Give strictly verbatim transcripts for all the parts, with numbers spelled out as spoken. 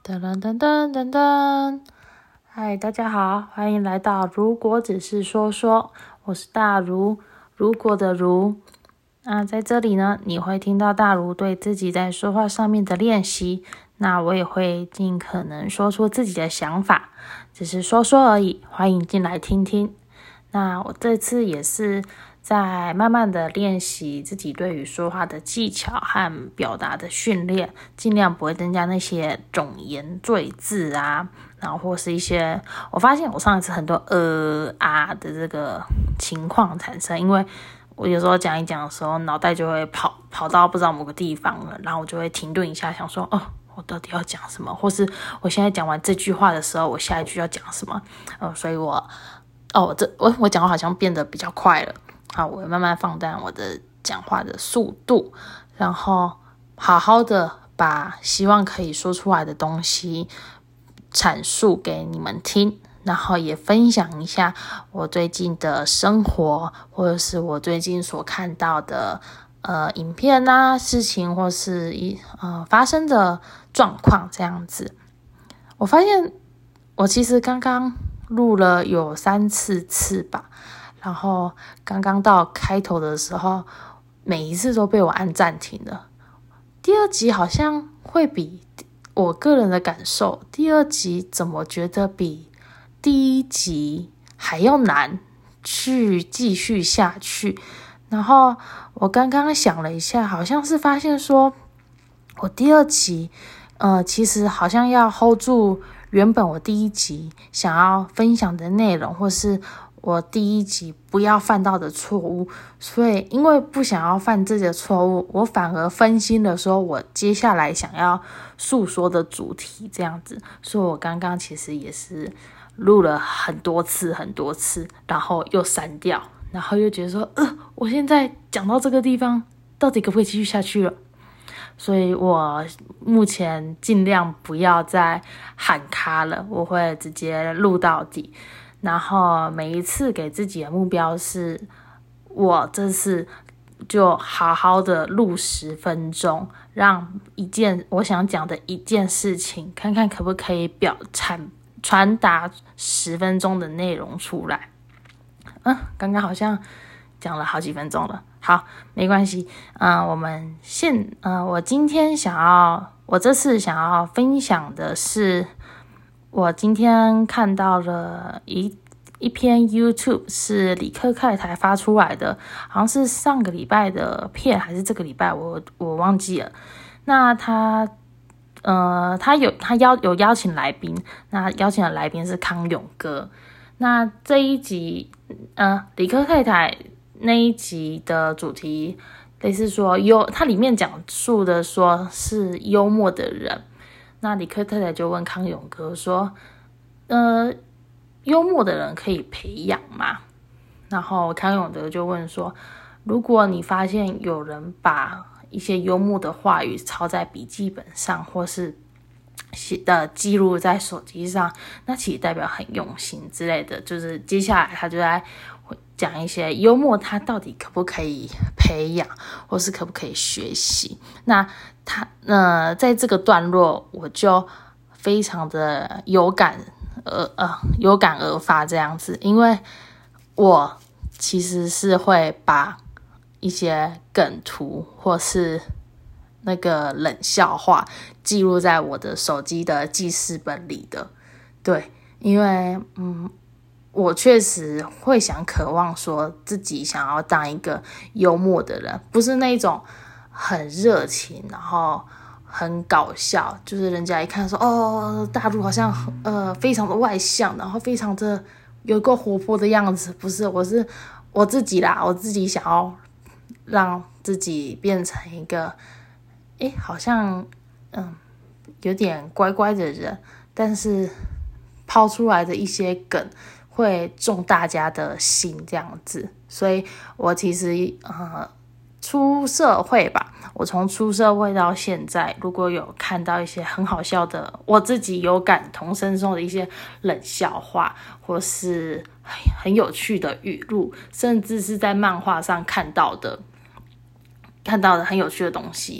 噔噔噔噔噔噔，嗨，大家好，欢迎来到如果只是说说，我是大如，如果的如。那在这里呢，你会听到大如对自己在说话上面的练习，那我也会尽可能说出自己的想法，只是说说而已，欢迎进来听听。那我这次也是在慢慢的练习自己对于说话的技巧和表达的训练，尽量不会增加那些冗言赘字啊，然后或是一些我发现我上一次很多呃啊的这个情况产生，因为我有时候讲一讲的时候，脑袋就会跑跑到不知道某个地方了，然后我就会停顿一下，想说哦，我到底要讲什么，或是我现在讲完这句话的时候，我下一句要讲什么，呃，所以我哦，这我我讲话好像变得比较快了。好，我会慢慢放淡我的讲话的速度，然后好好的把希望可以说出来的东西阐述给你们听，然后也分享一下我最近的生活，或者是我最近所看到的呃影片啊、事情，或是一呃发生的状况这样子。我发现我其实刚刚录了有三四次吧。然后刚刚到开头的时候，每一次都被我按暂停了。第二集好像会比我个人的感受，第二集怎么觉得比第一集还要难去继续下去。然后我刚刚想了一下，好像是发现说我第二集呃，其实好像要 hold 住原本我第一集想要分享的内容，或是我第一集不要犯到的错误，所以因为不想要犯这些错误，我反而分心了说我接下来想要诉说的主题这样子，所以我刚刚其实也是录了很多次很多次，然后又删掉，然后又觉得说呃，我现在讲到这个地方到底可不可以继续下去了，所以我目前尽量不要再喊卡了，我会直接录到底。然后每一次给自己的目标是，我这次就好好的录十分钟，让一件我想讲的一件事情，看看可不可以表产传达十分钟的内容出来。嗯，刚刚好像讲了好几分钟了，好，没关系。嗯、呃，我们现呃，我今天想要，我这次想要分享的是。我今天看到了一一篇 YouTube 是李克太太发出来的，好像是上个礼拜的片还是这个礼拜，我我忘记了。那他呃，他有他邀有邀请来宾，那邀请的来宾是康永哥。那这一集呃，李克太太那一集的主题类似说幽，它里面讲述的说是幽默的人。那李克太太就问康永哥说呃，幽默的人可以培养吗？然后康永哥就问说，如果你发现有人把一些幽默的话语抄在笔记本上，或是写的记录在手机上，那其实代表很用心之类的，就是接下来他就在讲一些幽默它到底可不可以培养，或是可不可以学习。那他呃，在这个段落我就非常的有感呃呃有感而发这样子，因为我其实是会把一些梗图或是那个冷笑话记录在我的手机的记事本里的。对，因为嗯。我确实会想渴望说自己想要当一个幽默的人，不是那种很热情然后很搞笑，就是人家一看说哦，大陆好像呃非常的外向，然后非常的有个活泼的样子，不是，我是我自己啦，我自己想要让自己变成一个诶好像嗯有点乖乖的人，但是抛出来的一些梗会中大家的心这样子，所以我其实呃出社会吧，我从出社会到现在，如果有看到一些很好笑的，我自己有感同身受的一些冷笑话，或是很有趣的语录，甚至是在漫画上看到的看到的很有趣的东西，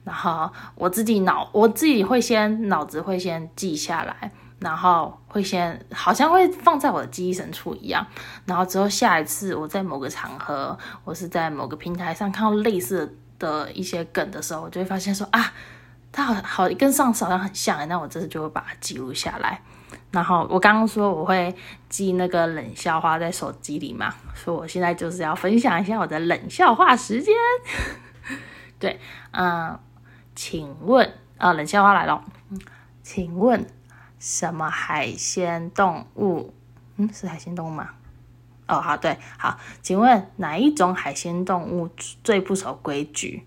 然后我自己脑我自己会先脑子会先记下来，然后会先好像会放在我的记忆深处一样，然后之后下一次我在某个场合或是在某个平台上看到类似的一些梗的时候，我就会发现说啊，它好好跟上次好像很像，那我这次就会把它记录下来。然后我刚刚说我会记那个冷笑话在手机里嘛，所以我现在就是要分享一下我的冷笑话时间。对，嗯、呃，请问啊，冷笑话来了，请问什么海鲜动物？嗯，是海鲜动物吗？哦，好，对，好，请问哪一种海鲜动物最不守规矩？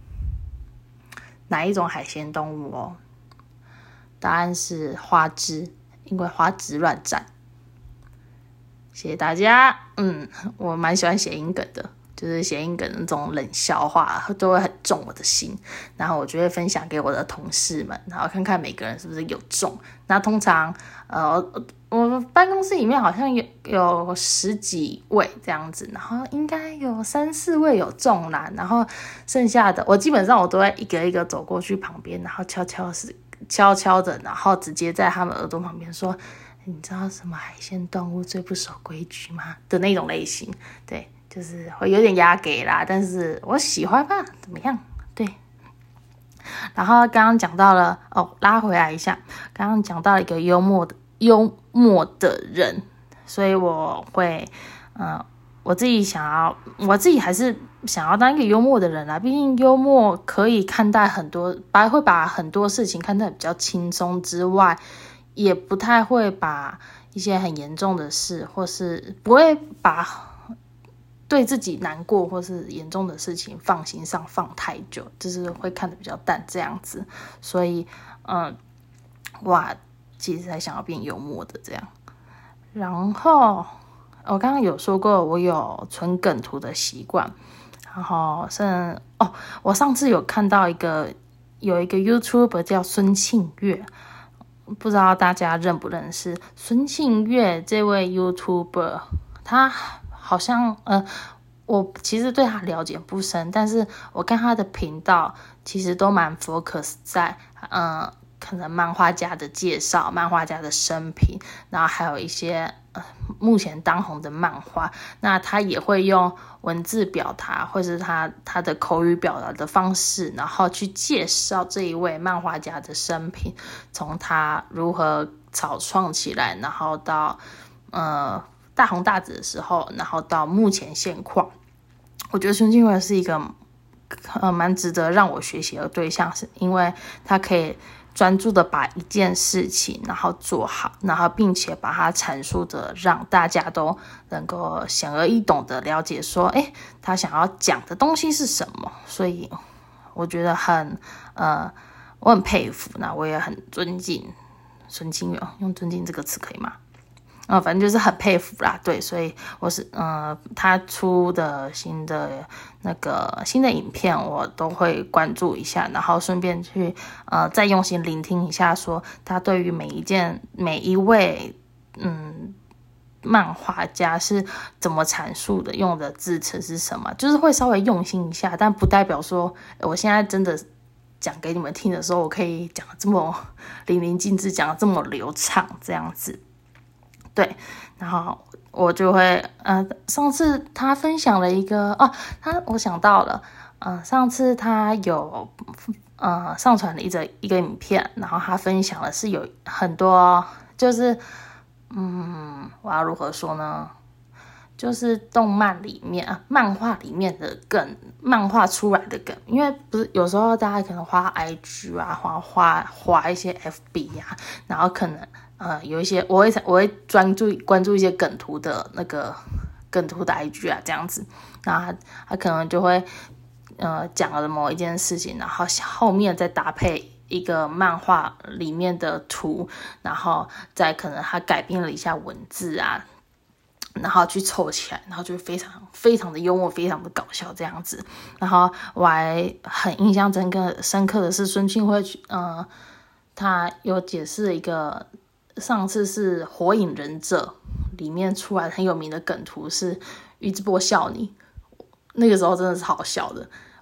哪一种海鲜动物哦？答案是花枝，因为花枝乱战。谢谢大家。嗯，我蛮喜欢谐音梗的，就是谐音梗那种冷笑话都会很中我的心，然后我就会分享给我的同事们，然后看看每个人是不是有中。那通常呃我办公室里面好像有有十几位这样子，然后应该有三四位有中啦，然后剩下的我基本上我都会一个一个走过去旁边，然后悄悄是悄悄的，然后直接在他们耳朵旁边说，你知道什么海鲜动物最不守规矩吗？的那种类型。对，就是会有点压给啦，但是我喜欢吧，怎么样？对。然后刚刚讲到了哦，拉回来一下，刚刚讲到一个幽默的幽默的人，所以我会，呃，我自己想要，我自己还是想要当一个幽默的人啦。毕竟幽默可以看待很多，把会把很多事情看得比较轻松之外，也不太会把一些很严重的事，或是不会把对自己难过或是严重的事情放心上放太久，就是会看得比较淡这样子。所以，嗯，哇，其实还想要变幽默的这样。然后我刚刚有说过，我有存梗图的习惯。然后是哦，我上次有看到一个有一个 YouTuber 叫孙庆月，不知道大家认不认识孙庆月这位 YouTuber， 他好像呃，我其实对他了解不深，但是我看他的频道其实都蛮 focus 在呃可能漫画家的介绍、漫画家的生平，然后还有一些呃目前当红的漫画。那他也会用文字表达，或是他他的口语表达的方式，然后去介绍这一位漫画家的生平，从他如何草创起来，然后到呃大红大紫的时候，然后到目前现况。我觉得孙庆月是一个呃蛮值得让我学习的对象，是因为他可以专注的把一件事情然后做好，然后并且把它阐述的让大家都能够显而易懂的了解说，诶，他想要讲的东西是什么。所以我觉得很呃我很佩服，那我也很尊敬孙庆月，用尊敬这个词可以吗？呃，反正就是很佩服啦，对，所以我是呃，他出的新的那个新的影片，我都会关注一下，然后顺便去呃再用心聆听一下，说他对于每一件每一位嗯漫画家是怎么阐述的，用的字词是什么，就是会稍微用心一下，但不代表说我现在真的讲给你们听的时候，我可以讲的这么淋漓尽致，讲的这么流畅，这样子。对，然后我就会，呃，上次他分享了一个，哦，他我想到了，呃，上次他有，呃，上传了一则一个影片，然后他分享的是有很多，就是，嗯，我要如何说呢？就是动漫里面啊，漫画里面的梗，漫画出来的梗，因为不是有时候大家可能滑 I G 啊，滑滑滑一些 F B 啊，然后可能呃有一些我会我会专注关注一些梗图的那个梗图的 I G 啊这样子，然后他他可能就会呃讲了某一件事情，然后后面再搭配一个漫画里面的图，然后再可能他改变了一下文字啊。然后去凑起来，然后就非常非常的幽默，非常的搞笑这样子。然后我还很印象深刻深刻的是孙庆会，呃，他有解释一个，上次是《火影忍者》里面出来很有名的梗图是宇智波笑你，那个时候真的是好笑的。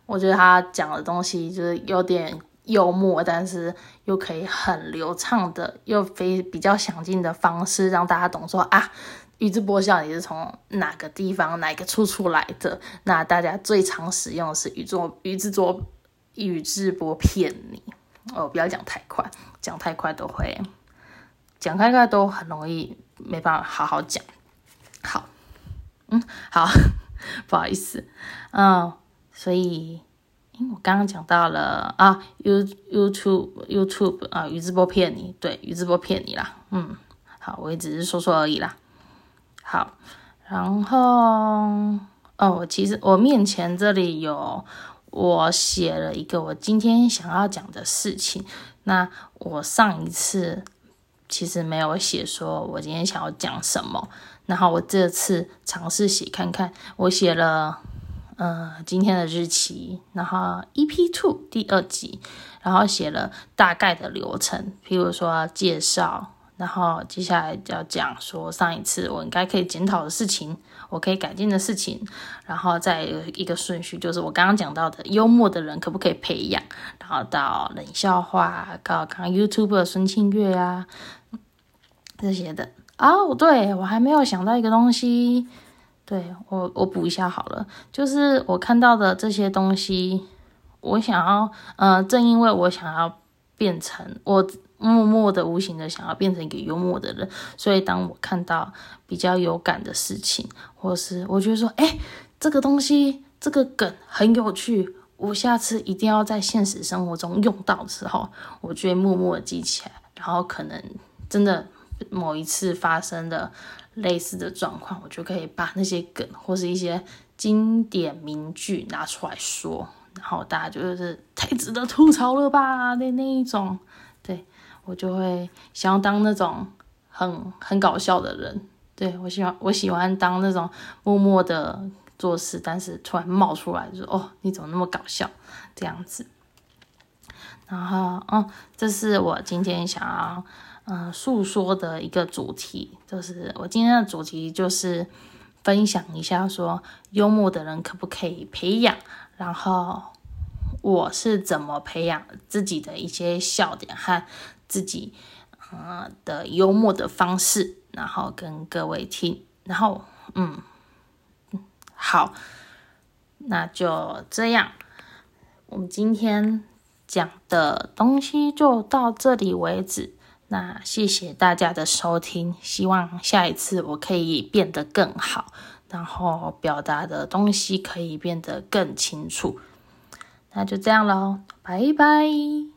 我觉得他讲的东西就是有点幽默，但是又可以很流畅的，又非比较详尽的方式让大家懂说啊，宇智波骁你是从哪个地方哪个处出来的？那大家最常使用的是宇智宇智波宇智波片你哦，不要讲太快，讲太快都会讲太快都很容易没办法好好讲。好，嗯，好，不好意思，嗯。所以，我刚刚讲到了啊 ，YouTube YouTube 啊，宇智波骗你，对，宇智波骗你啦，嗯，好，我也只是说说而已啦。好，然后哦，其实我面前这里有我写了一个我今天想要讲的事情。那我上一次其实没有写说我今天想要讲什么，然后我这次尝试写看看，我写了。呃，今天的日期，然后 E P 二 第二集，然后写了大概的流程，譬如说介绍，然后接下来要讲说上一次我应该可以检讨的事情，我可以改进的事情，然后再有一个顺序，就是我刚刚讲到的幽默的人可不可以培养，然后到冷笑话，到刚刚 YouTuber 孙庆月啊这些的。哦，对，我还没有想到一个东西。对，我我补一下好了，就是我看到的这些东西，我想要，呃，正因为我想要变成，我默默的、无形的想要变成一个幽默的人，所以当我看到比较有感的事情，或是我觉得说，哎，这个东西，这个梗很有趣，我下次一定要在现实生活中用到的时候，我就会默默的记起来，然后可能真的某一次发生的类似的状况，我就可以把那些梗或是一些经典名句拿出来说，然后大家就是太值得吐槽了吧的那一种。对，我就会想要当那种很很搞笑的人。对，我喜欢我喜欢当那种默默的做事，但是突然冒出来就说哦，你怎么那么搞笑这样子。然后嗯，这是我今天想要嗯，诉说的一个主题，就是我今天的主题就是分享一下说幽默的人可不可以培养，然后我是怎么培养自己的一些笑点和自己呃的幽默的方式，然后跟各位听，然后嗯好，那就这样，我们今天讲的东西就到这里为止。那谢谢大家的收听，希望下一次我可以变得更好，然后表达的东西可以变得更清楚。那就这样咯，拜拜。